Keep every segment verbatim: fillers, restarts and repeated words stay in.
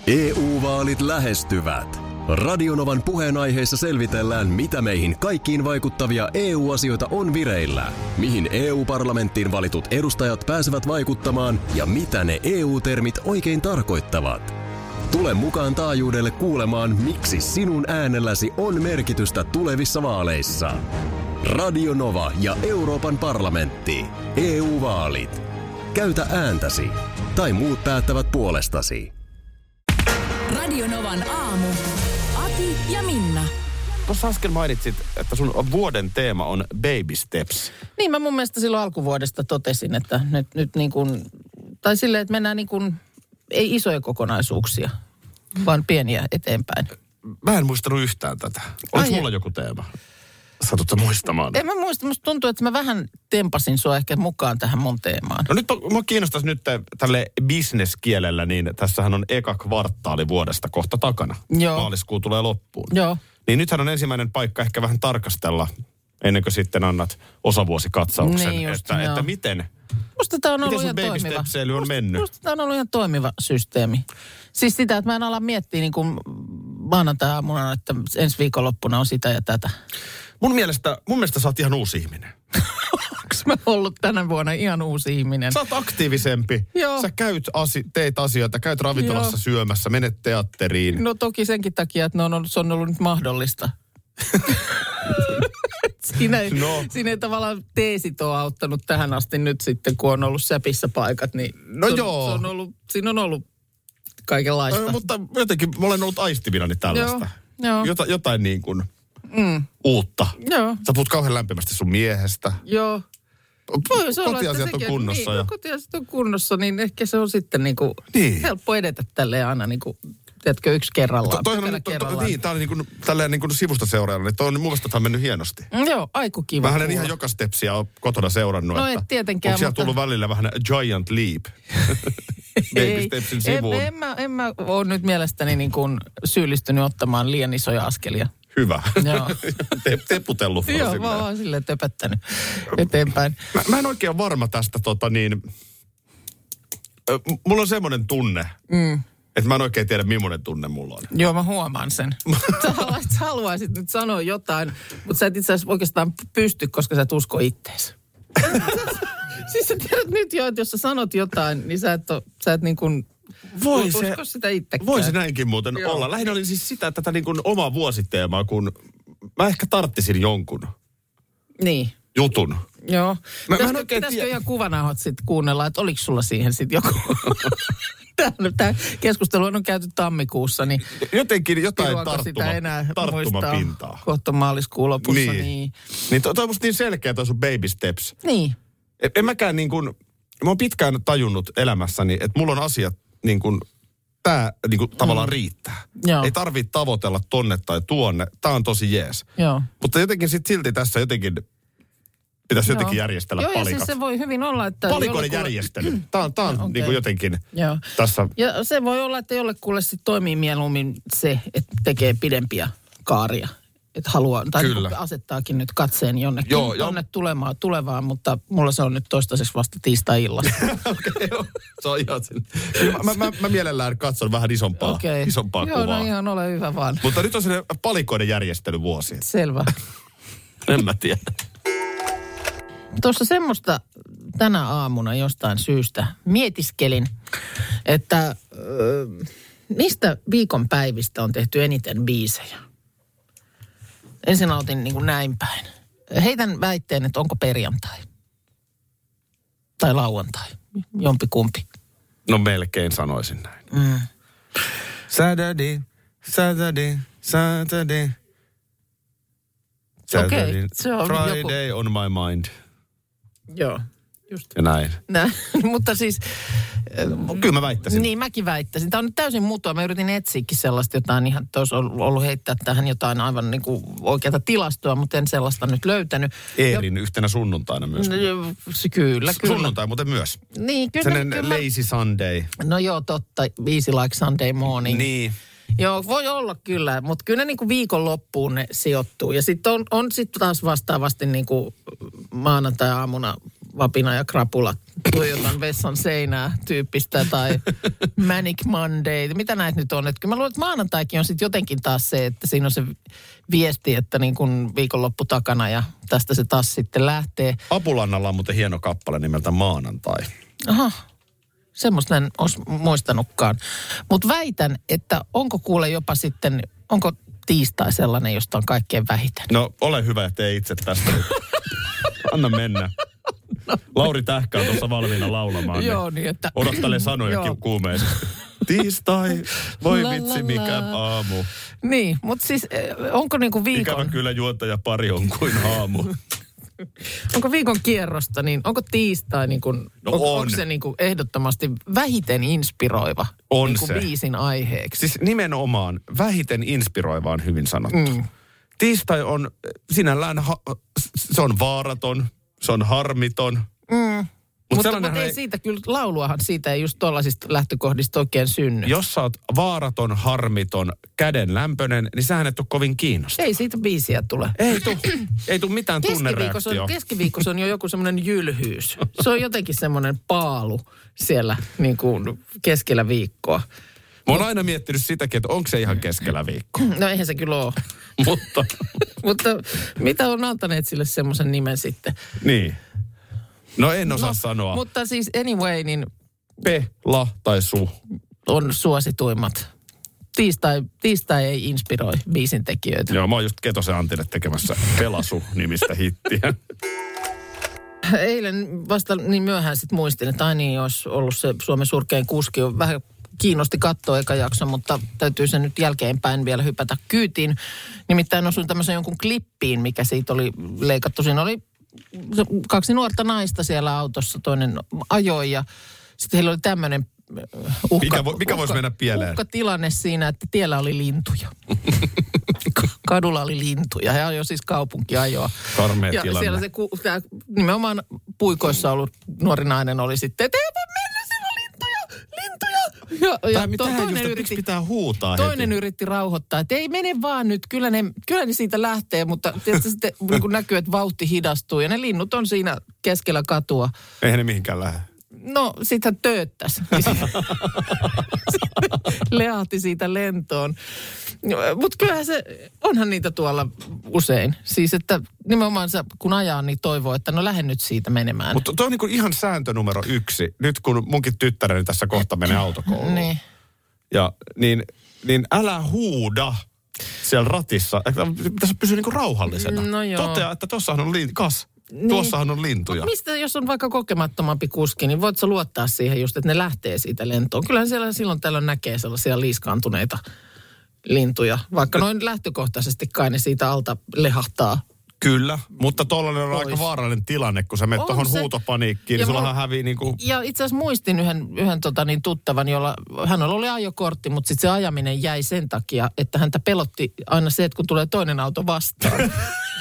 E U-vaalit lähestyvät. Radionovan puheenaiheessa selvitellään, mitä meihin kaikkiin vaikuttavia E U-asioita on vireillä, mihin E U-parlamenttiin valitut edustajat pääsevät vaikuttamaan ja mitä ne E U-termit oikein tarkoittavat. Tule mukaan taajuudelle kuulemaan, miksi sinun äänelläsi on merkitystä tulevissa vaaleissa. Radio Nova ja Euroopan parlamentti. E U-vaalit. Käytä ääntäsi. Tai muut päättävät puolestasi. Radio Novan aamu. Ati ja Minna. Tuossa äsken mainitsit, että sun vuoden teema on baby steps. Niin, mä mun mielestä silloin alkuvuodesta totesin, että nyt, nyt niin kuin, tai silleen, että mennään niin kuin, ei isoja kokonaisuuksia, vaan pieniä eteenpäin. Mä en muistanut yhtään tätä. Oliko Ai mulla joku teema? Satutko muistamaan? En mä muista, musta tuntuu, että mä vähän tempasin sua ehkä mukaan tähän mun teemaan. No nyt mua kiinnostaisi nyt tälle business-kielellä, niin tässähän on eka kvartaali vuodesta kohta takana. Joo. Maaliskuu tulee loppuun. Joo. Niin nythän on ensimmäinen paikka ehkä vähän tarkastella, ennen kuin sitten annat osavuosikatsauksen, Niin just, että, joo. että miten, Musta tää on ollut miten sun ihan baby toimiva. stepseily on mennyt. Musta tää on ollut ihan toimiva systeemi. Siis sitä, että mä en ala miettiä niin kuin maanantai-aamuna, että ensi viikonloppuna on sitä ja tätä. Mun mielestä, mun mielestä sä oot ihan uusi ihminen. Onko mä ollut tänä vuonna ihan uusi ihminen? Sä oot aktiivisempi. Joo. Sä käyt asi- teet asioita, käyt ravintolassa Joo. syömässä, menet teatteriin. No toki senkin takia, että ne on, ollut- se on ollut nyt mahdollista. Siinä ei, No. siinä ei tavallaan teesit ole auttanut tähän asti nyt sitten, kun on ollut säpissä paikat, niin No se on, joo. Se on ollut, siinä on ollut kaikenlaista. No, mutta jotenkin mä olen ollut aistivinani tällaista. Joo, joo. Jota, jotain niin kuin Mm, uutta. joo, Sä puhut kauhean lämpimästi sun miehestä. joo. Voi se olla, että Kotiasiat on sekin- kunnossa. Niin, Ja... no, kotiasiat on kunnossa, niin ehkä se on sitten niin kuin Niin. helppo edetä tälleen aina niin kuin, tiedätkö, yksi kerrallaan. To, toihan on, pykälä nyt- to, to, kerrallaan. niin, tää on niin kuin, tälleen niin kuin sivusta seuraajana. Niin toi on mun mielestä tää on mennyt hienosti. Mm, joo, aiku kiva. Vähän en kuulla. ihan joka stepsiä ole kotona seurannut. No että et tietenkään, onko siellä mutta- tullut välillä vähän giant leap? Baby stepsin sivuun. En, en, mä, en mä ole nyt mielestäni niin kuin syyllistynyt ottamaan liian isoja askelia. Hyvä. Joo. Te, teputellut. Joo, varsin mä oon näin. vaan silleen töpättänyt eteenpäin. Mä, mä en oikein ole varma tästä tota niin... Ö, m- mulla on semmoinen tunne, Mm. että mä en oikein tiedä, millainen tunne mulla on. Joo, mä huomaan sen. Sä, haluaisit, sä haluaisit nyt sanoa jotain, mutta sä et itse asiassa oikeastaan pysty, koska sä et usko ittees. Siis sä tiedät nyt jo, että jos sä sanot jotain, niin sä et, ole, sä et niin kuin Voi usko se- sitä itsekään. Voi se näinkin muuten Joo. olla. Lähinnä oli siis sitä tätä niin kuin omaa vuositeemaa, kun mä ehkä tarttisin jonkun Niin. jutun. Joo. Mä- mä en Pitäisikö, oikein pitäisikö tiedä. ihan kuvanauhat sitten kuunnella, että oliko sulla siihen sitten joku... Tämä keskustelu on käyty tammikuussa, niin Jotenkin jotain piruako tarttuma, sitä enää tarttumapintaa. muistaa kohta maaliskuun lopussa. Niin. Niin. niin. Niin toi, toi on musta niin selkeä toi sun baby steps. niin. En, en mäkään niin kuin, mä oon pitkään tajunnut elämässäni, että mulla on asiat niin kuin, tää niin kuin tavallaan Mm. riittää. Joo. Ei tarvitse tavoitella tonne tai tuonne. Tää on tosi jees. Joo. Mutta jotenkin sit silti tässä jotenkin pitäisi Joo. jotenkin järjestellä Joo, ja palikat. siis se voi hyvin olla, että... Palikoiden jollekulle- järjestely. Tää on, tää on Okei. niin kuin jotenkin Joo. tässä... Ja se voi olla, että jollekulle sitten toimii mieluummin se, että tekee pidempiä kaaria. Että haluaa, tai Kyllä. niin asettaakin nyt katseen jonnekin Joo, joo. tonne tulemaan, tulevaan, mutta mulla se on nyt toistaiseksi vasta tiistai-illassa. Okei, joo. Se on ihan sen. Kyllä Mä, mä, mä mielellään katson vähän isompaa, Okei. isompaa Joo, kuvaa. no ihan ole hyvä vaan. Mutta nyt on se palikoiden järjestelyvuosi. Selvä. En mä tiedä. Tuossa semmoista tänä aamuna jostain syystä mietiskelin, että ö, mistä viikonpäivistä on tehty eniten biisejä. Ensin aloitin niin kuin näin päin. Heitän väitteen, että onko perjantai. Tai lauantai. Jompikumpi. No melkein sanoisin näin. Mm. Saturday, Saturday, Saturday. Saturday, Okei, se on Friday on my mind. Joo, just. Ja näin. Nä, mutta siis... ö, Kyllä mä väittäisin. Niin, mäkin väittäisin. Tämä on nyt täysin muuta. Mä yritin etsiäkin sellaista jotain ihan, että olisi ollut heittää tähän jotain aivan niin kuin oikeata tilastoa, mutta en sellaista nyt löytänyt. Eerin yhtenä sunnuntaina myös. No, jo, se- kyllä, kyllä. Sunnuntai muuten myös. Niin, kyllä. Sellainen kyllä. lazy Sunday. No joo, totta. Easy like Sunday morning. Niin. Joo, voi olla kyllä, mutta kyllä ne niin kuin viikonloppuun ne sijoittuu. Ja sitten on, on sitten taas vastaavasti niin kuin maanantai-aamuna vapina ja krapula tuijotan vessan seinää tyyppistä tai Manic Monday. Mitä näitä nyt on? Että mä luulen, että maanantaikin on sitten jotenkin taas se, että siinä on se viesti, että niin kuin viikonloppu takana ja tästä se taas sitten lähtee. Apulannalla on muuten hieno kappale nimeltä Maanantai. Aha, semmoista en olisi muistanutkaan. Mutta väitän, että onko kuule jopa sitten, onko tiistai sellainen, josta on kaikkein vähiten? No ole hyvä ja tee itse tästä. Anna mennä. No. Lauri Tähkä on tuossa valmiina laulamaan. Joo, niin että... Odottele sanoja kuumeisesti. Tiistai, voi la, vitsi la, mikä la. aamu. Niin, mutta siis onko niinku viikon... Ikävä kyllä juontaja pari on kuin aamu. Onko viikon kierrosta, niin onko tiistai niin kuin, no on. on. onko se niin kuin ehdottomasti vähiten inspiroiva on niin kuin se. biisin aiheeksi? Siis nimenomaan vähiten inspiroiva on hyvin sanottu. Mm. Tiistai on sinällään, ha- se on vaaraton, se on harmiton. Mm. Mut Mutta, mutta ei ei siitä kyllä, lauluahan siitä ei just tollaisista lähtökohdista oikein synny. Jos sä oot vaaraton, harmiton, kädenlämpöinen, niin sähän et ole kovin kiinnostava. Ei siitä biisiä tule. Ei tuu, ei tuu mitään Keskiviikossa on, tunnereaktioa. keskiviikossa on jo joku semmoinen jylhyys. Se on jotenkin semmoinen paalu siellä niin kuin keskellä viikkoa. Mä oon aina miettinyt sitäkin, että onko se ihan keskellä viikkoa. No eihän se kyllä ole. Mutta... Mutta mitä on antaneet sille semmoisen nimen sitten? Niin. No en osaa no, sanoa. Mutta siis anyway, niin... Pe, la tai su. On suosituimmat. Tiistai, tiistai ei inspiroi biisin tekijöitä. Joo, mä oon just Ketosen Antille tekemässä Pelasu-nimistä hittiä. Eilen vasta niin myöhään sitten muistin, että ai niin, olisi ollut se Suomen surkein kuski. Vähän kiinnosti katsoa eka jakso, mutta täytyy se nyt jälkeenpäin vielä hypätä kyytiin. Nimittäin osuin tämmöisen jonkun klippiin, mikä siitä oli leikattu. Siinä oli kaksi nuorta naista siellä autossa, toinen ajoi ja sitten heillä oli tämmöinen uhka, mikä, vo, mikä uhka, voisi mennä pieleen? Uhkatilanne siinä, että tiellä oli lintuja. Kadulla oli lintuja. He ajoi siis kaupunkiajoa. Karmea ja tilanne. siellä se tää, nimenomaan puikoissa ollut nuori nainen oli sitten, että ei voi mennä, siellä on lintuja, lintuja. Ja, ja to, toinen just, yritti, pitää huutaa Toinen heti. yritti rauhoittaa, että ei mene vaan nyt, kyllä ne, kyllä ne siitä lähtee, mutta tietysti sitten niin näkyy, että vauhti hidastuu ja ne linnut on siinä keskellä katua. Eihän ne mihinkään lähde. No, sit hän tööttäisi. Leahti siitä lentoon. Mutta kyllähän se, onhan niitä tuolla usein. Siis, että nimenomaan sä, kun ajaa, niin toivoo, että no lähde nyt siitä menemään. Mutta toi on niinku ihan sääntö numero yksi. Nyt kun munkin tyttäreni tässä kohta menee autokouluun. Niin. Ja niin, niin älä huuda siellä ratissa. Pitäisi pysyä niinku rauhallisena. No joo. Totea, että tossahan on lintuja. Kas, niin. Tuossahan on lintuja. Mut mistä, jos on vaikka kokemattomampi kuski, niin voit sä luottaa siihen just, että ne lähtee siitä lentoon. Kyllähän siellä silloin tällöin näkee sellaisia liiskaantuneita lintuja. Vaikka noin lähtökohtaisesti kai ne siitä alta lehahtaa. Kyllä, mutta tollainen on Pois. aika vaarallinen tilanne, kun sä menet tuohon huutopaniikkiin, niin sullahan hävii niinku... Ja itse asiassa muistin yhden, yhden tota niin, tuttavan, jolla hän oli ajokortti, mutta sitten se ajaminen jäi sen takia, että häntä pelotti aina se, että kun tulee toinen auto vastaan.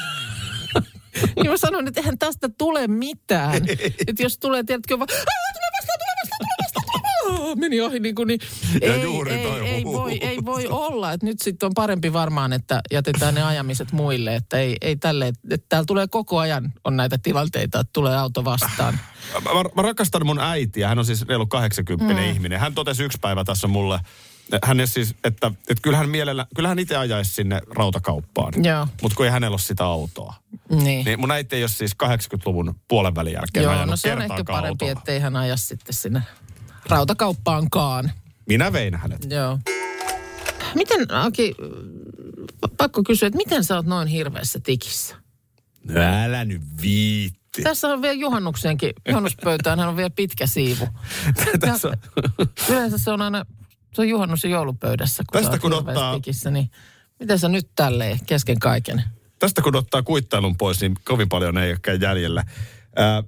Niin mä sanoin, että eihän tästä tule mitään. Että jos tulee, tiedätkö, vaan... Tule vastaan, tule vastaan, tule vastaan, tule vastaan. Meni ohi niin kuin niin. Ja Ei, juuri ei, toi. ei, voi, ei voi olla. Että nyt sitten on parempi varmaan, että jätetään ne ajamiset muille. Että ei, ei tälle, että täällä tulee koko ajan on näitä tilanteita, että tulee auto vastaan. Mä, mä rakastan mun äitiä, hän on siis reilu kahdeksankymppinen Mm. ihminen. Hän totesi yksi päivä tässä mulle, hän siis, että, että kyllähän mielellä, kyllähän itse ajaisi sinne rautakauppaan. Joo. Mutta kun ei hänellä ole sitä autoa. Niin. Niin mun äiti ei ole siis kahdeksankymmentäluvun puolen välin jälkeen Joo, ajanut no se on ehkä kertaakaan parempi, autoa. ettei hän aja sitten sinne rautakauppaankaan. Minä vein hänet. Joo. Miten, Aki, pakko kysyä, että miten sä oot noin hirveässä tikissä? No älä nyt viitti. Tässä on vielä juhannukseenkin, juhannuspöytään hän on vielä pitkä siivu. Tässä on... Yleensä se on aina, se on juhannus- ja joulupöydässä, kun Tästä sä oot kun hirveässä ottaa- tikissä, niin miten sä nyt tälleen kesken kaiken? Tästä kun ottaa kuittailun pois, niin kovin paljon ei olekaan jäljellä. Ää,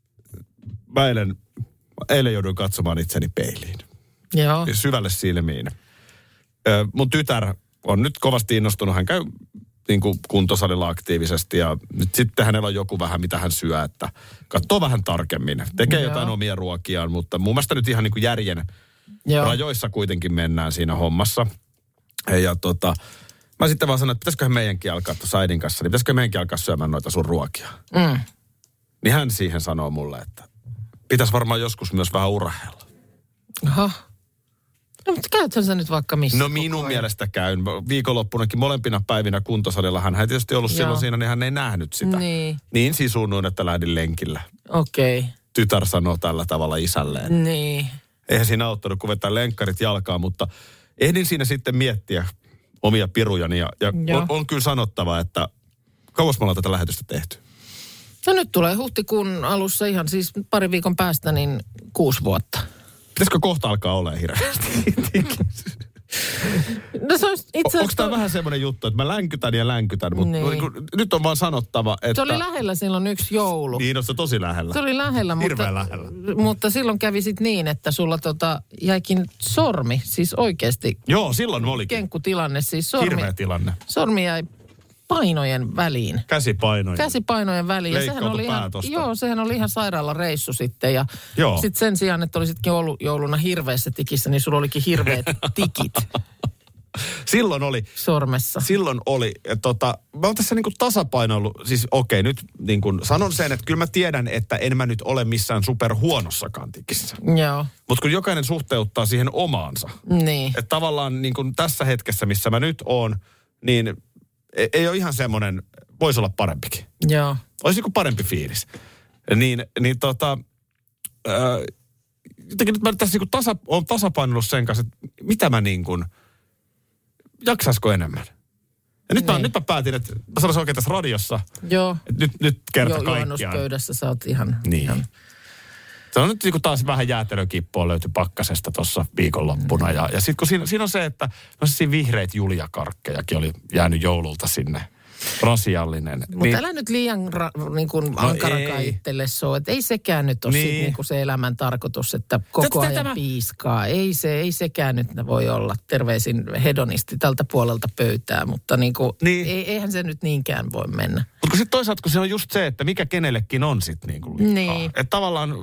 mä eilen, eilen jouduin katsomaan itseni peiliin. Joo. Syvälle silmiin. Ää, mun tytär on nyt kovasti innostunut. Hän käy niin kuin kuntosalilla aktiivisesti ja nyt sitten hänellä on joku vähän, mitä hän syö, että katsoo vähän tarkemmin. Tekee Joo. jotain omia ruokiaan, mutta mun mielestä nyt ihan niin kuin järjen Joo. rajoissa kuitenkin mennään siinä hommassa. Ja tota, mä sitten vaan sanoin, että pitäisiköhän meidänkin alkaa tuossa äidin kanssa, niin pitäisikö meidänkin alkaa syömään noita sun ruokia. Mm. Niin hän siihen sanoo mulle, että pitäisi varmaan joskus myös vähän urheilla. Aha. No, mutta käythän sä nyt vaikka missä? No minun mielestä käyn. Viikonloppunakin molempina päivinä kuntosalilla. Hän ei tietysti ollut Joo. silloin siinä, niin hän ei nähnyt sitä. Niin. Niin sisunnuin, että lähdin lenkillä. Okei. Okay. Tytär sanoo tällä tavalla isälleen. Niin. Eihän siinä auttanut, kun vetää lenkkarit jalkaan, mutta ehdin siinä sitten miettiä omia pirujani. Ja, ja on, on kyllä sanottava, että kauas me ollaan tätä lähetystä tehty. No nyt tulee huhtikuun alussa ihan siis pari viikon päästä niin kuusi vuotta. Pitäisikö kohta alkaa olemaan hirveästi? No se olisi itse asiassa... Onko tämä vähän semmoinen juttu, että mä länkytän ja länkytän, mutta niin. nyt on vaan sanottava, että... Se oli lähellä silloin yksi joulu. Niin, on se tosi lähellä. Se oli lähellä, mutta, lähellä. mutta silloin kävi sit niin, että sulla tota, jäikin sormi, siis oikeasti... Joo, silloin olikin. Kenkkutilanne, siis sormi... Hirveä tilanne. Sormi jäi painojen väliin. Käsipainojen. Käsipainojen väliin. Ja sehän oli ihan, joo, sehän oli ihan sairaalareissu sitten. Ja sitten sen sijaan, että olisitkin ollut jouluna hirveässä tikissä, niin sulla olikin hirveät tikit. Silloin oli. Sormessa. Silloin oli. Tota, mä oon tässä niinku tasapainoillut. Siis okei, okay, nyt niinku sanon sen, että kyllä mä tiedän, että en mä nyt ole missään superhuonossakaan tikissä. Joo. Mutta kun jokainen suhteuttaa siihen omaansa. Niin. Että tavallaan niinku tässä hetkessä, missä mä nyt oon, niin ei ole ihan semmoinen, voisi olla parempikin. Joo. Olisi joku parempi fiilis. Niin, niin tota, ää, jotenkin nyt mä tässä niin tasa, olen tasapainoillut sen kanssa, että mitä mä niin kuin, jaksaisiko enemmän. Ja nyt, niin. mä, nyt mä päätin, että mä sanoisin oikein tässä radiossa, Joo. että nyt, nyt kerta Joo, kaikkiaan. juhannuspöydässä sä oot ihan... Niin. ihan. Se on nyt niin kuin taas vähän jäätelökippua löytyi pakkasesta tuossa viikonloppuna. Mm. Ja, ja sitten kun siinä, siinä on se, että no siinä vihreät juljakarkkejakin oli jäänyt joululta sinne. Rasiallinen. Mutta niin, älä nyt liian ra, niin kuin no ankarakaan itselle soo. Että ei sekään nyt ole niin. sit niin kuin se elämän tarkoitus, että koko Tätä, ajan tämä... piiskaa. Ei, se, ei sekään nyt voi olla. Terveisin hedonisti tältä puolelta pöytää, mutta niin kuin, niin. Ei, eihän se nyt niinkään voi mennä. Mutta sitten toisaalta, kun se on just se, että mikä kenellekin on sitten niin kuin liikaa. Niin. Että tavallaan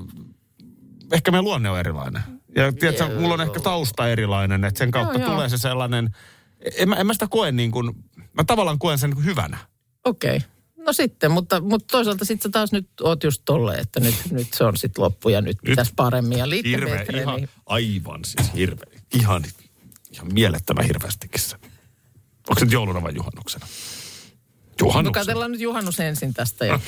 ehkä meidän luonne on erilainen. Ja tiedätkö, Joo. mulla on ehkä tausta erilainen, että sen kautta joo, tulee joo. se sellainen, en mä, en mä sitä koe niin kuin, mä tavallaan koen sen hyvänä. Okei. Okay. No sitten, mutta, mutta toisaalta sitten sä taas nyt oot just tolleen, että nyt, nyt se on sitten loppu ja nyt, nyt pitäisi paremmin. Ja hirveä, ihan, niin... aivan siis hirveä. Ihan, ihan mielettömän hirveästikin se. Onko se nyt jouluna vai juhannuksena? Juhannuksena. No katsellaan nyt juhannus ensin tästä. Ja...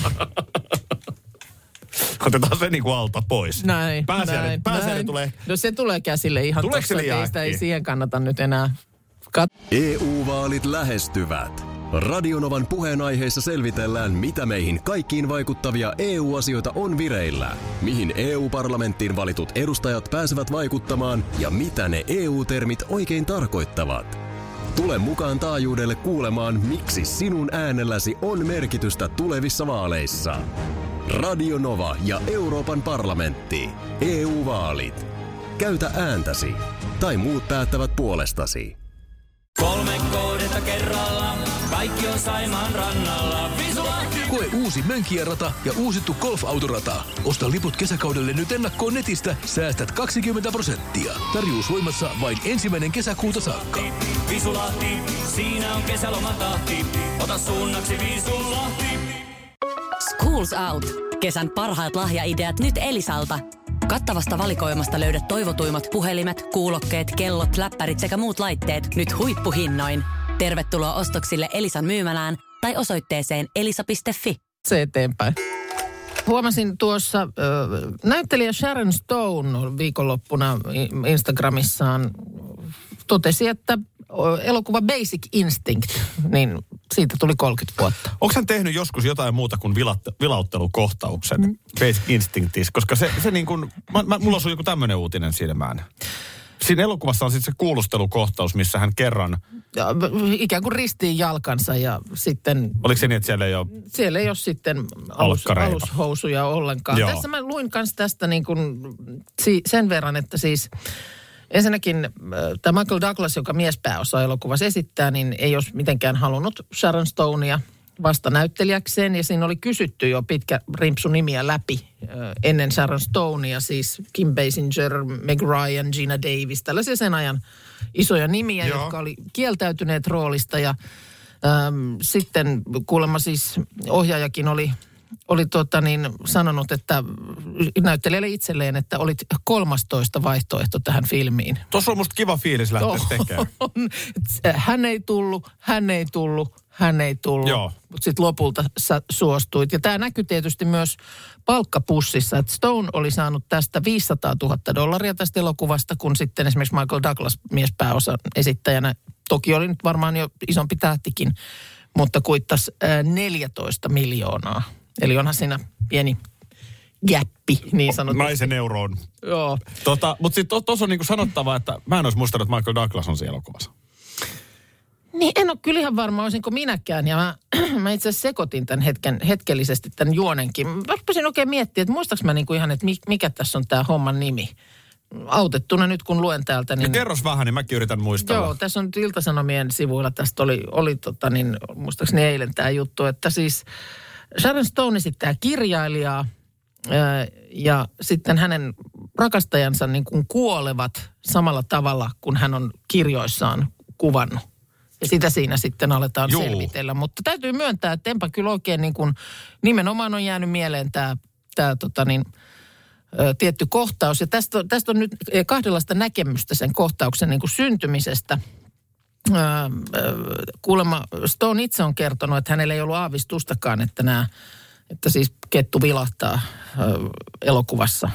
Otetaan se niin kuin alta pois. Näin, pääsiäinen, näin, pääsiäinen näin. tulee. No se tulee käsille ihan Tuleeko tossa, ei sitä ei siihen kannata nyt enää kat- E U-vaalit lähestyvät. Radionovan puheenaiheessa selvitellään, mitä meihin kaikkiin vaikuttavia E U-asioita on vireillä, mihin E U-parlamenttiin valitut edustajat pääsevät vaikuttamaan ja mitä ne E U-termit oikein tarkoittavat. Tule mukaan taajuudelle kuulemaan, miksi sinun äänelläsi on merkitystä tulevissa vaaleissa. Radio Nova ja Euroopan parlamentti. E U-vaalit. Käytä ääntäsi. Tai muut päättävät puolestasi. Kolme kohdetta kerralla. Kaikki on Saimaan rannalla. Visulahti! Koe uusi Mönkijärata ja uusittu golfautorata. Osta liput kesäkaudelle nyt ennakkoon netistä. Säästät kaksikymmentä prosenttia. Tarjous voimassa vain ensimmäinen kesäkuuta saakka. Visulahti, siinä on kesälomatahti. Ota suunnaksi Visulahti. Schools Out. Kesän parhaat lahjaideat nyt Elisalta. Kattavasta valikoimasta löydät toivotuimmat puhelimet, kuulokkeet, kellot, läppärit sekä muut laitteet nyt huippuhinnoin. Tervetuloa ostoksille Elisan myymälään tai osoitteeseen elisa piste fi. Se eteenpäin. Huomasin tuossa äh, näyttelijä Sharon Stone viikonloppuna Instagramissaan totesi, että elokuva Basic Instinct, niin siitä tuli kolmekymmentä vuotta. Onko hän tehnyt joskus jotain muuta kuin vilatte, vilauttelukohtauksen mm. Basic Instinctissa? Koska se, se niin kuin, mä, mä, mulla on joku tämmöinen uutinen silmään. Siinä elokuvassa on sitten se kuulustelukohtaus, missä hän kerran... Ja, ikään kuin ristiin jalkansa ja sitten... Oliko se niin, että siellä ei ole... Siellä ei ole sitten alus, alushousuja ollenkaan. Joo. Tässä mä luin kanssa tästä niin kuin sen verran, että siis... Ensinnäkin tämä Michael Douglas, joka miespääosa elokuvassa esittää, niin ei olisi mitenkään halunnut Sharon Stonea vasta näyttelijäkseen. Ja siinä oli kysytty jo pitkä rimpsu nimiä läpi ennen Sharon Stonea, siis Kim Basinger, Meg Ryan, Gina Davis, tällaisia sen ajan isoja nimiä, Joo. jotka oli kieltäytyneet roolista. Ja äm, sitten kuulemma siis ohjaajakin oli oli tota niin, sanonut, että näyttelijälle itselleen, että olit kolmastoista vaihtoehto tähän filmiin. Tuossa on musta kiva fiilis lähteä tekemään. Hän ei tullut, hän ei tullut, hän ei tullut. Joo. Mutta sitten lopulta sä suostuit. Ja tämä näkyy tietysti myös palkkapussissa, että Stone oli saanut tästä viisisataatuhatta dollaria tästä elokuvasta, kun sitten esimerkiksi Michael Douglas miespääosan esittäjänä, toki oli nyt varmaan jo isompi tähtikin, mutta kuittasi neljätoista miljoonaa. Eli onhan siinä pieni gäppi, niin sanotusti. Naisen euroon. Joo. Tota, mutta sitten tuossa on niinku sanottava, että mä en olisi muistanut, että Michael Douglas on siellä elokuvassa. Niin, en ole kyllä ihan varma, olisinko minäkään. Ja mä, mä itse asiassa sekoitin tämän hetken, hetkellisesti tämän juonenkin. Mä rupesin oikein miettiä, että muistaaks mä niinku ihan, että mikä tässä on tämä homman nimi. Autettuna nyt, kun luen täältä. Niin... Ja kerros vähän, niin mäkin yritän muistella. Joo, tässä on nyt Ilta-Sanomien sivuilla. Tästä oli, oli tota niin, muistaakseni eilen tämä juttu, että siis Sharon Stone esittää kirjailijaa ja sitten hänen rakastajansa niin kuin kuolevat samalla tavalla, kun hän on kirjoissaan kuvannut. Ja sitä siinä sitten aletaan Juu. selvitellä. Mutta täytyy myöntää, että enpä kyllä oikein niin kuin, nimenomaan on jäänyt mieleen tämä, tämä tota niin, ö, tietty kohtaus. Ja tästä, tästä on nyt kahdenlaista näkemystä sen kohtauksen niin kuin syntymisestä. Ö, ö, kuulemma Stone itse on kertonut, että hänellä ei ollut aavistustakaan, että nämä, että siis kettu vilahtaa ö, elokuvassa.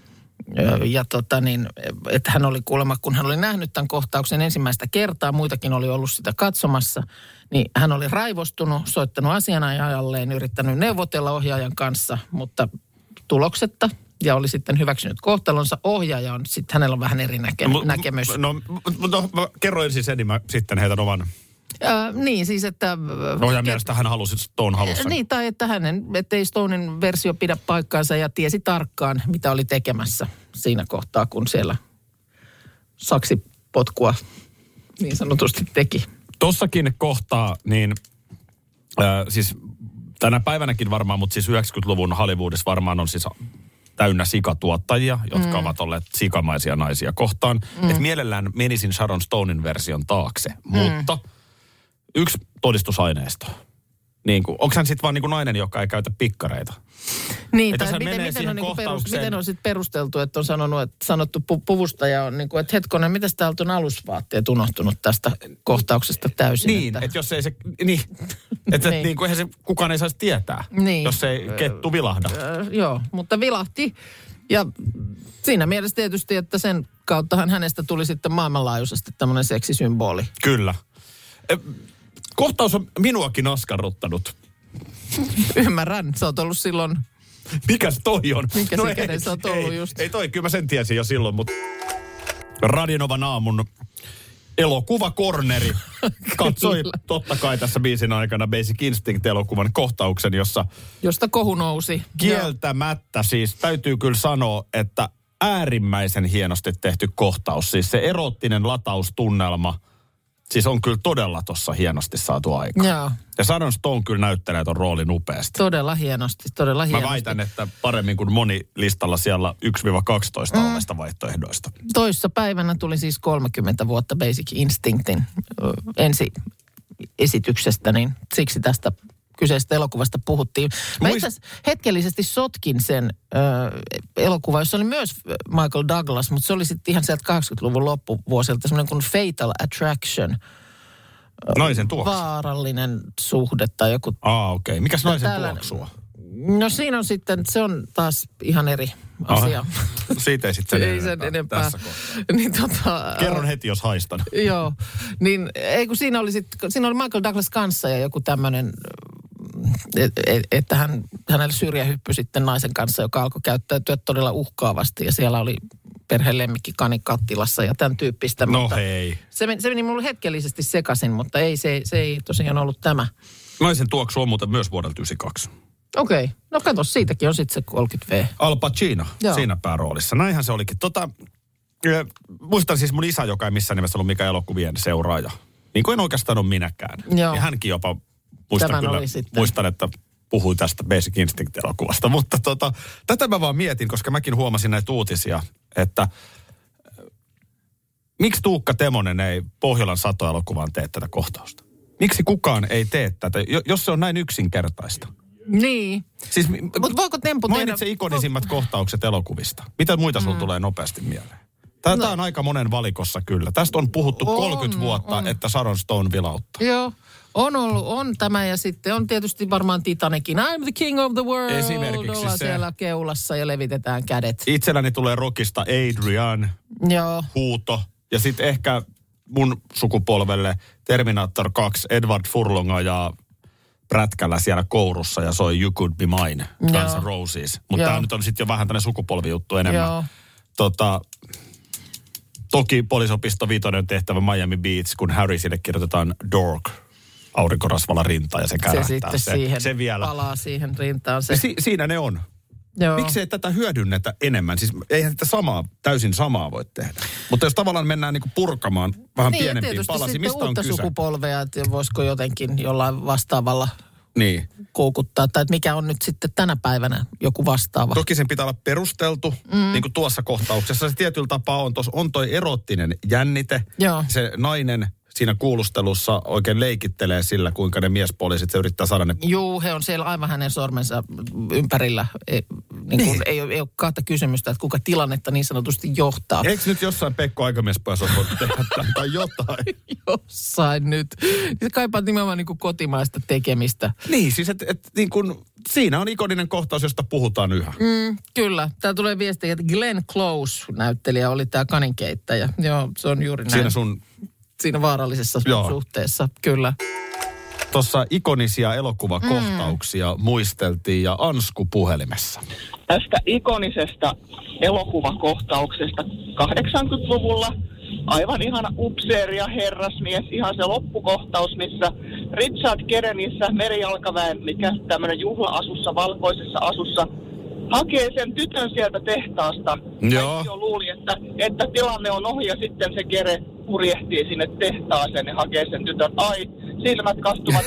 Ja tota niin, että hän oli kuulemma, kun hän oli nähnyt tämän kohtauksen ensimmäistä kertaa, muitakin oli ollut sitä katsomassa, niin hän oli raivostunut, soittanut asianajajalleen, yrittänyt neuvotella ohjaajan kanssa, mutta tuloksetta, ja oli sitten hyväksynyt kohtalonsa. Ohjaaja on sitten, hänellä on vähän eri näke- no, näkemys. No, no, no kerro ensin sen, niin mä sitten heitän oman. Äh, niin, siis että... Ohjaajan mielestä hän halusi Stone halussa. Niin, tai että hänen, ettei Stonen versio pidä paikkaansa ja tiesi tarkkaan, mitä oli tekemässä siinä kohtaa, kun siellä saksipotkua niin sanotusti teki. Tossakin kohtaa, niin äh, siis tänä päivänäkin varmaan, mutta siis yhdeksänkymmentäluvun Hollywoodissa varmaan on siis täynnä sikatuottajia, jotka mm. ovat olleet sikamaisia naisia kohtaan. Mm. Että mielellään menisin Sharon Stonen version taakse, mm. mutta... Yksi todistusaineisto. Niin kuin, onko hän sitten vaan niin kuin nainen, joka ei käytä pikkareita? Niin, tai miten, miten, on niin perus, miten on sitten perusteltu, että on sanonut, että sanottu pu- puvusta ja on niin kuin, että hetkonen, mitäs täältä on alusvaatteet unohtunut tästä kohtauksesta täysin? Niin, että, että jos ei se, niin, että niin. niin kuin eihän se, kukaan ei saisi tietää, niin. jos ei kettu vilahda. Öö, joo, mutta vilahti. Ja siinä mielessä tietysti, että sen kauttahan hänestä tuli sitten maailmanlaajuisesti tämmöinen seksisymboli. Kyllä. Kohtaus on minuakin askarruttanut. Ymmärrän, sä oot ollut silloin... Mikäs toi on? Minkä no sikäinen sä oot ollut ei, just? Ei toi, kyllä mä sen tiesin jo silloin, mutta Radionovan aamun elokuvakorneri katsoi totta kai tässä biisin aikana Basic Instinct-elokuvan kohtauksen, jossa... Josta kohu nousi. Kieltämättä siis täytyy kyllä sanoa, että äärimmäisen hienosti tehty kohtaus. Siis se erottinen lataustunnelma... Siis on kyllä todella tuossa hienosti saatu aikaan. Joo. Ja Sharon Stone kyllä näyttelee ton roolin upeasti. Todella hienosti, todella hienosti. Mä väitän, että paremmin kuin moni listalla siellä yksi kaksitoista mm. olleista vaihtoehdoista. Toissa päivänä tuli siis kolmekymmentä vuotta Basic Instinctin ensi esityksestä, niin siksi tästä kyseisestä elokuvasta puhuttiin. Mä Muist... itse asiassa hetkellisesti sotkin sen ö, elokuva, jossa oli myös Michael Douglas, mutta se oli sitten ihan sieltä kahdeksankymmentäluvun loppuvuosilta semmoinen kuin Fatal Attraction. Naisen tuoksu. Vaarallinen suhde tai joku. Aa, okei. Okay. Mikäs naisen täällä... tuoksua? No siinä on sitten, se on taas ihan eri asia. Aha. Siitä ei sitten ei sen enempää. Tässä niin, tota, kerron heti, jos haistan. Joo. Niin, ei kun siinä oli, sit, siinä oli Michael Douglas kanssa ja joku tämmöinen, että hän, hänelle syrjähyppy sitten naisen kanssa, joka alkoi käyttäytyä todella uhkaavasti. Ja siellä oli perhelemmikki kani kattilassa ja tämän tyyppistä. No mutta hei. Se meni, se meni mulle hetkellisesti sekaisin, mutta ei, se, se ei tosiaan ollut tämä. Naisen tuoksu on muuten myös vuodelta yhdeksänkymmentäkaksi. Okei. Okay. No kato, siitäkin on sitten se kolmekymmentä vuotta. Al Pacino Joo. siinä pääroolissa. Näinhän se olikin. Tota, muistan siis mun isä, joka ei missään nimessä ollut mikään elokuvien seuraaja. Niin kuin en oikeastaan ole minäkään. Joo. Ja hänkin jopa, muistan, kyllä, muistan että puhui tästä Basic Instinct-elokuvasta. Mutta tota, tätä mä vaan mietin, koska mäkin huomasin näitä uutisia, että miksi Tuukka Temonen ei Pohjolan satoelokuvaan tee tätä kohtausta? Miksi kukaan ei tee tätä, jos se on näin yksinkertaista? Niin. Siis, Mutta voiko Tempu tehdä... Mainitse ikonisimmat kohtaukset elokuvista. Mitä muita sulla mm. tulee nopeasti mieleen? Tämä no. on aika monen valikossa kyllä. Tästä on puhuttu on, kolmekymmentä vuotta, on. Että Sharon Stone vilauttaa. Joo. On ollut, on tämä ja sitten on tietysti varmaan Titanicin I'm the king of the world. Esimerkiksi ollaan se. siellä keulassa ja levitetään kädet. Itselläni tulee rockista Adrian, Joo. huuto ja sitten ehkä mun sukupolvelle Terminator kaksi, Edward Furlong ajaa prätkällä siellä kourussa ja soi You Could Be Mine, Guns N' Roses. Mutta tämä nyt on sitten jo vähän tämmöinen sukupolvijuttu enemmän. Joo. Tota, toki Poliisopisto viitonen tehtävä Miami Beach, kun Harry sille kirjoitetaan Dork aurinkorasvalla rintaan ja se kärähtää. Se sitten se, siihen se vielä. palaa siihen rintaan. Se. Si, siinä ne on. Joo. Miksi ei tätä hyödynnetä enemmän? Siis eihän tätä samaa, täysin samaa voi tehdä. Mutta jos tavallaan mennään niinku purkamaan vähän niin, pienempiin palasiin, mistä on uutta kyse? sukupolvea, että voisiko jotenkin jollain vastaavalla niin. koukuttaa. Tai että mikä on nyt sitten tänä päivänä joku vastaava. Toki sen pitää olla perusteltu, mm. niin kuin tuossa kohtauksessa. Se tietyllä tapaa on, tos, on toi erottinen jännite. Joo. Se nainen siinä kuulustelussa oikein leikittelee sillä, kuinka ne miespoliisit se yrittää saada ne... Juu, he on siellä aivan hänen sormensa ympärillä. Ei, niin kuin, ei, ei ole kahta kysymystä, että kuka tilannetta niin sanotusti johtaa. Eikö nyt jossain Pekko Aikamiespojassa ole voinut tehdä tämän tai jotain? Jossain nyt. Se kaipaat nimenomaan niin kuin kotimaista tekemistä. Niin, siis että et, niin kuin, siinä on ikoninen kohtaus, josta puhutaan yhä. Mm, kyllä. Tää tulee viestiä, että Glenn Close näyttelijä oli tämä kaninkeittäjä. Joo, se on juuri näin. Siinä sun... Siinä vaarallisessa Joo. suhteessa, kyllä. Tuossa ikonisia elokuvakohtauksia mm. muisteltiin ja Ansku puhelimessa. Tästä ikonisesta elokuvakohtauksesta kahdeksankymmentäluvulla aivan ihana upseeri ja herrasmies, ihan se loppukohtaus, missä Richard Gere niissä merijalkaväen, mikä tämmöinen juhla-asussa, valkoisessa asussa, hakee sen tytön sieltä tehtaasta. Joo. Kaikki jo luuli, että, että tilanne on ohi ja sitten se Gere purjehtii sinne tehtaaseen ja hakee sen tytön. Ai, silmät kastuvat.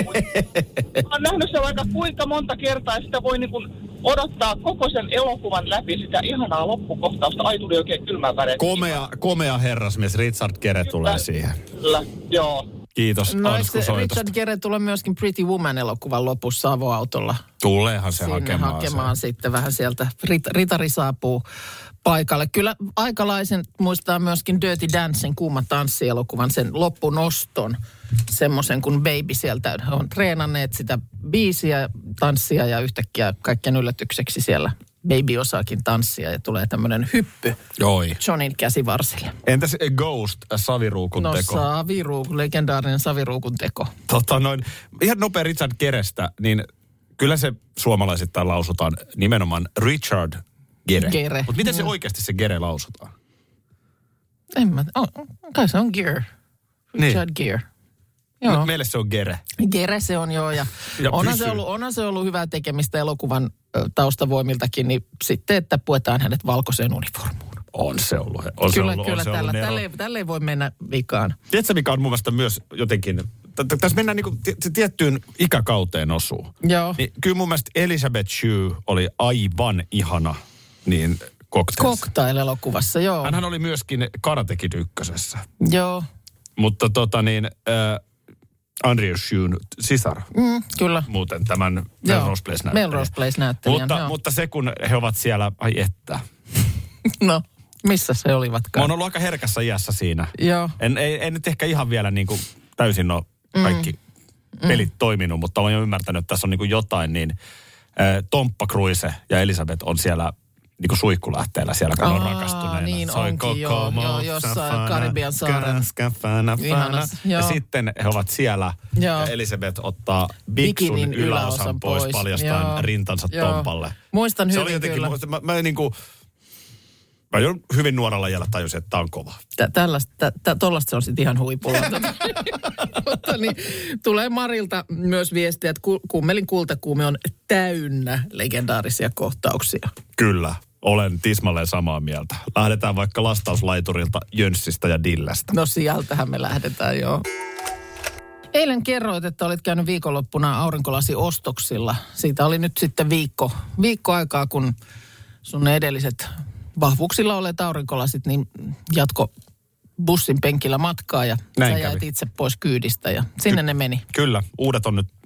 Olen nähnyt sen vaikka kuinka monta kertaa ja sitä voi niin kuin odottaa koko sen elokuvan läpi sitä ihanaa loppukohtausta. Ai, tuli oikein kylmää väreä. Komea, komea herrasmies Richard Gere kyllä, tulee siihen. Kyllä, joo. Kiitos no, Ansku soitosta. Richard Gere tulee myöskin Pretty Woman-elokuvan lopussa avoautolla. Tuleehan se sinne hakemaan, hakemaan se. sitten vähän sieltä. Rit, ritari saapuu paikalle. Kyllä aikalaisen muistaa myöskin Dirty Dancing, kuuma tanssielokuvan, sen loppunoston. Semmoisen kun Baby sieltä on treenanneet sitä biisiä, tanssia ja yhtäkkiä kaikkien yllätykseksi siellä Baby osaakin tanssia ja tulee tämmöinen hyppy Joi. Johnin käsivarsille. Entäs Ghost, saviruukun no, teko? No saviruukun, legendaarinen saviruukun teko. Tota noin, ihan nopea Richard Gerestä, niin kyllä se suomalaisittain lausutaan nimenomaan Richard Gere. Gere. Mutta miten se oikeasti se Gere lausutaan? En mä, oh, kai se on Gere. Richard niin. Gere. Joo. Me, meille se on Gere. Gere se on joo ja, ja onhan, se ollut, onhan se ollut hyvää tekemistä elokuvan ö, taustavoimiltakin, niin sitten, että puetaan hänet valkoiseen uniformuun. On se ollut. On kyllä, se ollut, kyllä on se tällä, ollut tälle, tälle ei voi mennä vikaan. Tiedätkö, mikä on mun mielestä myös jotenkin, tässä mennään niinku tiettyyn ikäkauteen osuu. Joo. Niin kyllä mun mielestä Elizabeth Shue oli aivan ihana niin Cocktails. Cocktail-elokuvassa, joo. Hänhän oli myöskin Karate Kid ykkösessä. Joo. Mutta tota niin, äh, Andrew Shuen sisar. Mm, kyllä. Muuten tämän Melrose Place-näyttelijä. Melrose Place-näyttelijän, mutta, joo. mutta se, kun he ovat siellä, ai että. No, missä se olivatkaan? Mä oon ollut aika herkässä iässä siinä. Joo. En, ei, en nyt ehkä ihan vielä niin kuin täysin ole kaikki mm. pelit mm. toiminut, mutta olen jo ymmärtänyt, että tässä on niin kuin jotain, niin äh, Tomppa Cruise ja Elisabeth on siellä niin kuin suihkulähteellä siellä, kun on rakastuneena. Niin onkin, joo, joo, jossain Karibian saaren. Ja sitten he ovat siellä joo. ja Elisabeth ottaa biksun yläosan, yläosan pois, pois paljastaen joo. rintansa joo. Tompalle. Muistan se hyvin oli jotenkin, kyllä. Mä, mä, mä niin kuin, mä jo hyvin nuorella iällä tajusin, että tää on kova. Tällaista, tollaista se on sitten ihan huipulla. Mutta niin, tulee Marilta myös viestiä, että Kummelin kultakuumi on täynnä legendaarisia kohtauksia. Kyllä, olen tismalleen samaa mieltä. Lähdetään vaikka lastauslaiturilta Jönssistä ja Dillestä. No sieltähän me lähdetään, joo. Eilen kerroit, että olit käynyt viikonloppuna aurinkolasi-ostoksilla. Siitä oli nyt sitten viikko, viikko aikaa, kun sun edelliset vahvuuksilla olleet aurinkolasit, niin jatko bussin penkillä matkaa ja näin sä jäit kävi. Itse pois kyydistä ja sinne Ky- ne meni. Kyllä, uudet on nyt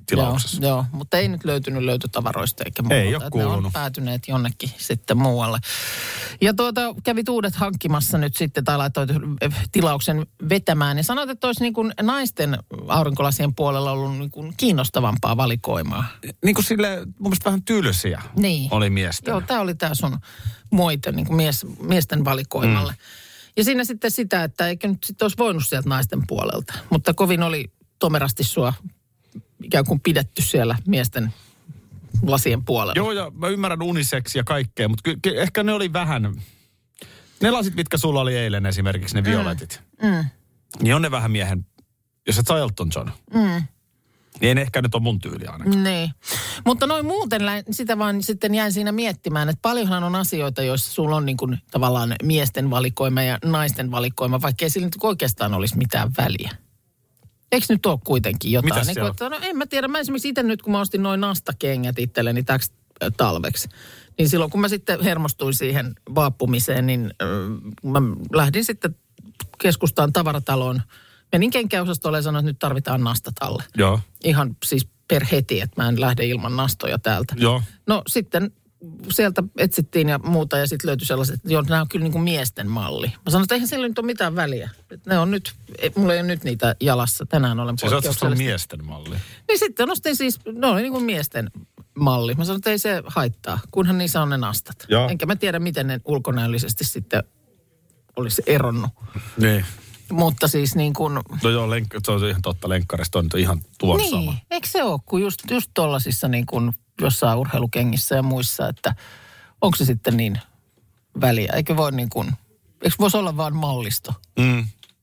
tilauksessa. Joo, joo, mutta ei nyt löytynyt löytötavaroista eikä muuta. Ei ole Ne kuulunut. on päätyneet jonnekin sitten muualle. Ja tuota, kävit uudet hankkimassa nyt sitten, tai laitoit tilauksen vetämään. Ja sanoit, että olisi niin kuin naisten aurinkolasien puolella ollut niin kuin kiinnostavampaa valikoimaa. Niin kuin sille mun mielestä vähän tylsiä Niin. oli miesten. Joo, tämä oli tämä sun moite niin kuin mies, miesten valikoimalle. Mm. Ja siinä sitten sitä, että eikö nyt sitten olisi voinut sieltä naisten puolelta. Mutta kovin oli tomerasti sua ikään kuin pidetty siellä miesten lasien puolella. Joo, ja mä ymmärrän uniseksi ja kaikkea, mutta ky- ky- ehkä ne oli vähän... Ne lasit, mitkä sulla oli eilen esimerkiksi, ne violetit. Mm. Mm. Niin on ne vähän miehen... Jos et sä Elton John. Mm. Niin ehkä nyt on mun tyyli ainakin. Niin. Mutta noin muuten lä- sitä vaan sitten jäin siinä miettimään, että paljonhan on asioita, joissa sulla on niin kuin tavallaan miesten valikoima ja naisten valikoima, vaikka ei sillä nyt oikeastaan olisi mitään väliä. Eikö nyt ole kuitenkin jotain? Mitäs Niin siellä kuin, että, no en mä tiedä. Mä esimerkiksi itse nyt, kun mä ostin noin nastakengät itselleni täksi äh, talveksi, niin silloin kun mä sitten hermostuin siihen vaappumiseen, niin äh, mä lähdin sitten keskustaan tavarataloon. Menin kenkäosastolle ja sanoin, että nyt tarvitaan nastat alle. Joo. Ihan siis per heti, että mä en lähde ilman nastoja täältä. Joo. No sitten sieltä etsittiin ja muuta ja sitten löytyi sellaiset, että joo, nämä on kyllä niin kuin miesten malli. Mä sanoin, että eihän sillä nyt ole mitään väliä. Että ne on nyt, ei, mulla ei ole nyt niitä jalassa. Tänään olen Siis oot sä poikkeuksellisesti. miesten malli. Niin sitten nostin siis, ne oli niin kuin miesten malli. Mä sanoin, että ei se haittaa, kunhan niissä on ne nastat. Joo. Enkä mä tiedä, miten ne ulkonäöllisesti sitten olisi eronnut. Niin. Mutta siis niin kuin... No joo, lenk- se on ihan totta, lenkkarista on nyt ihan tuossa Niin, sama. eikö se ole, kun just, just tollasissa niin kuin jossain urheilukengissä ja muissa, että onko se sitten niin väliä? Eikö voi niin kuin, eikö voisi olla vaan mallisto? Mm.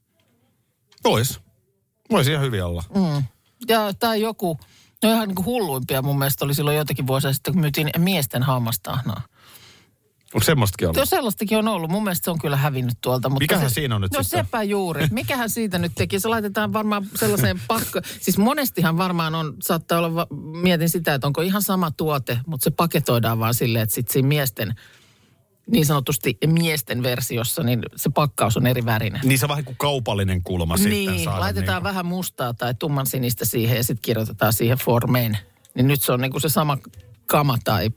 Vois. Voisi ihan hyvin olla. Mm. Ja tai joku, no ihan niin kuin hulluimpia mun mielestä oli silloin joitakin vuosia sitten, kun myytiin miesten hammastahnaa. Onko semmoistakin ollut? Joo, sellaistakin on ollut. Mun mielestä se on kyllä hävinnyt tuolta. Mutta Mikähän se, siinä on nyt no sitten? sepä juuri. Mikähän siitä nyt teki? Se laitetaan varmaan sellaiseen pakko. Siis monestihan varmaan on, saattaa olla, va- mietin sitä, että onko ihan sama tuote, mutta se paketoidaan vaan silleen, että sitten siinä miesten, niin sanotusti miesten versiossa, niin se pakkaus on eri värinen. Niin se on vähän kuin kaupallinen kulma sitten Niin, saada. laitetaan niin vähän mustaa tai tumman sinistä siihen ja sitten kirjoitetaan siihen for men. Niin nyt se on niinku se sama kama tai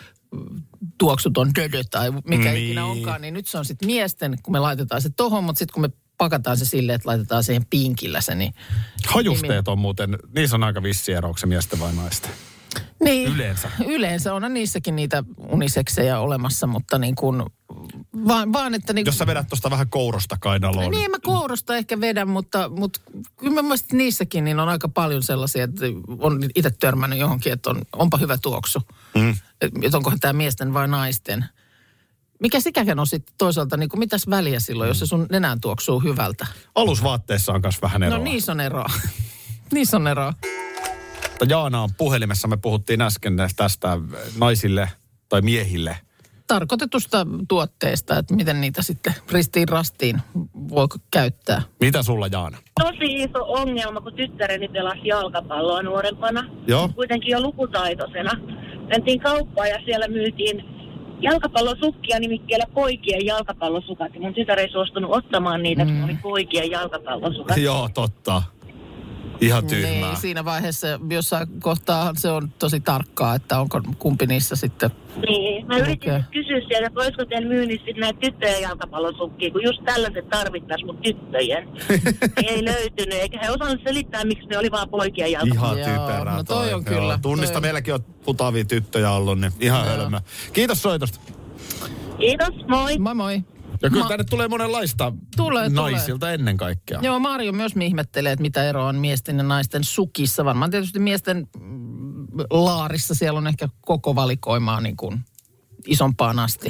tuoksuton dödö tai mikä Niin. ikinä onkaan, niin nyt se on sitten miesten, kun me laitetaan se tohon, mutta sitten kun me pakataan se silleen, että laitetaan siihen pinkillä se, niin... Hajusteet on muuten, niissä on aika vissi ero, onko se miesten vai naisten? Niin, Yleensä. Yleensä on niissäkin niitä uniseksejä olemassa, mutta niin kuin, vaan, vaan että... Niin, Jos sä vedät tuosta vähän kourosta kainaloon. Niin, en mä kourosta ehkä vedän, mutta, mutta kyllä mä mielestäni niissäkin niin on aika paljon sellaisia, että on itse törmännyt johonkin, että on, onpa hyvä tuoksu. Mm. Että onkohan tämä miesten vai naisten. Mikä sikäkään on sitten toisaalta, niin kuin mitäs väliä silloin, jos se sun nenään tuoksuu hyvältä? Alusvaatteessa on myös vähän eroa. No niissä on eroa. niissä on eroa. Jaana on puhelimessa, me puhuttiin äsken tästä naisille tai miehille. Tarkoitetusta tuotteesta, että miten niitä sitten ristiin rastiin voi käyttää. Mitä sulla, Jaana? Tosi iso ongelma, kun tyttäreni pelasi jalkapalloa nuorempana. Joo. Kuitenkin jo lukutaitoisena. Mentiin kauppaan ja siellä myytiin jalkapallosukkia nimikkeellä poikien jalkapallosukat. Ja mun tytär ei suostunut ottamaan niitä, mm. kun oli poikien jalkapallosukat. Joo, totta. Ihan tyhmää. Niin, siinä vaiheessa jossain kohtaa se on tosi tarkkaa, että onko kumpi niissä sitten. Niin, mä yritin Okay. kysyä sieltä, että olisiko teillä myynnissä sit näitä tyttöjen jalkapallosukkia, kun just tällaiset tarvittaisi mun tyttöjen. Ei löytynyt, eikä he osannut selittää, miksi ne oli vaan poikien jalkapalloja. Ihan Joo, typerää no toi on kyllä, Joo, Tunnista toi on. meilläkin on putavia tyttöjä ollut, niin ihan Joo. hölmö. Kiitos soitosta. Kiitos, moi! Moi moi. Ja kyllä Ma- tänne tulee monenlaista Tulee, naisilta tulee. ennen kaikkea. Joo, Marjo myös ihmettelee, että mitä eroa on miesten ja naisten sukissa. Varmaan tietysti miesten mm, laarissa siellä on ehkä koko valikoimaa niin kuin isompaan asti.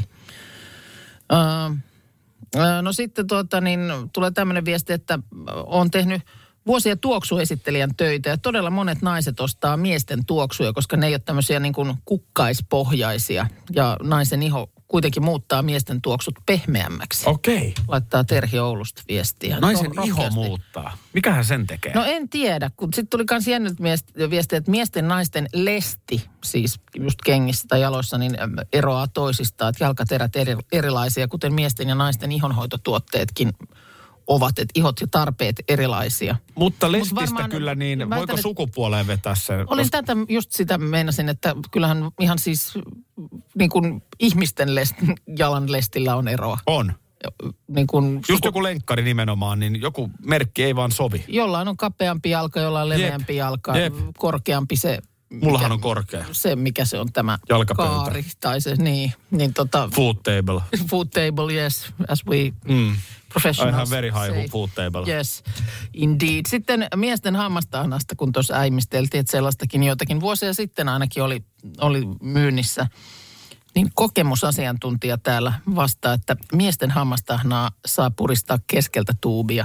Öö, no sitten tuota, niin, tulee tämmöinen viesti, että on tehnyt vuosia tuoksuesittelijän töitä ja todella monet naiset ostaa miesten tuoksuja, koska ne ei ole tämmöisiä niin kuin kukkaispohjaisia ja naisen iho kuitenkin muuttaa miesten tuoksut pehmeämmäksi. Okei. Laittaa Terhi Oulusta viestiä. Naisen No, iho rohkeasti. muuttaa. Mikähän sen tekee? No en tiedä, kun sitten tuli myös jännät viestiä, että miesten naisten lesti, siis just kengissä tai jaloissa, niin äm, eroaa toisistaan, että jalkaterät eri, erilaisia, kuten miesten ja naisten ihonhoitotuotteetkin ovat, että ihot ja tarpeet erilaisia. Mutta lestistä Mut varmaan, kyllä niin, väitän, voiko että- sukupuoleen vetää sen? Olin Koska- tätä, just sitä meinasin, että kyllähän ihan siis niin kuin ihmisten lest, jalan lestillä on eroa. On. Niin kuin Just suku- joku lenkkari nimenomaan, niin joku merkki ei vaan sovi. Jollain on kapeampi jalka, jollain on leveämpi Jep. jalka, Jep. korkeampi se... Mullahan mikä- on korkea. Se, mikä se on tämä Jalkapöytä. kaari tai se, niin, niin tota... Food table. Food table, yes, as we Mm. professionals I have very high say. food table. Yes, indeed. Sitten miesten hammastahnasta, kun tuossa äimisteltiin, että sellaistakin joitakin vuosia sitten ainakin oli, oli myynnissä, niin kokemusasiantuntija täällä vastaa, että miesten hammastahnaa saa puristaa keskeltä tuubia.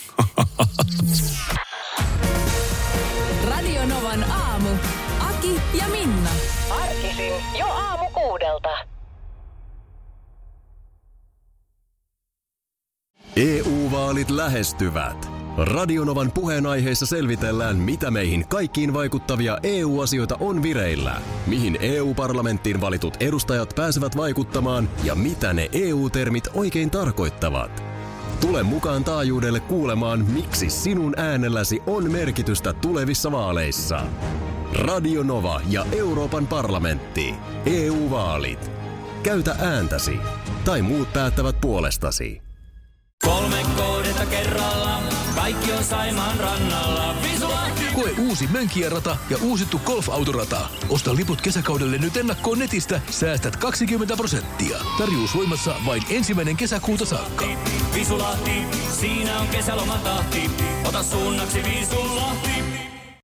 Radio Novan aamu. Aki ja Minna. Arkisin jo aamu kuudelta. E U-vaalit lähestyvät. Radionovan puheenaiheessa selvitellään, mitä meihin kaikkiin vaikuttavia E U-asioita on vireillä, mihin E U-parlamenttiin valitut edustajat pääsevät vaikuttamaan ja mitä ne E U-termit oikein tarkoittavat. Tule mukaan taajuudelle kuulemaan, miksi sinun äänelläsi on merkitystä tulevissa vaaleissa. Radio Nova ja Euroopan parlamentti. E U-vaalit. Käytä ääntäsi. Tai muut päättävät puolestasi. Kolme kohdetta kerralla, kaikki on Saimaan rannalla. Visulahti! Koe uusi Mönkijärata ja uusittu golfautorata. Osta liput kesäkaudelle nyt ennakkoon netistä, säästät kaksikymmentä prosenttia. Tarjous voimassa vain ensimmäinen kesäkuuta saakka. Visulahti, siinä on kesälomatahti. Ota suunnaksi Visulahti.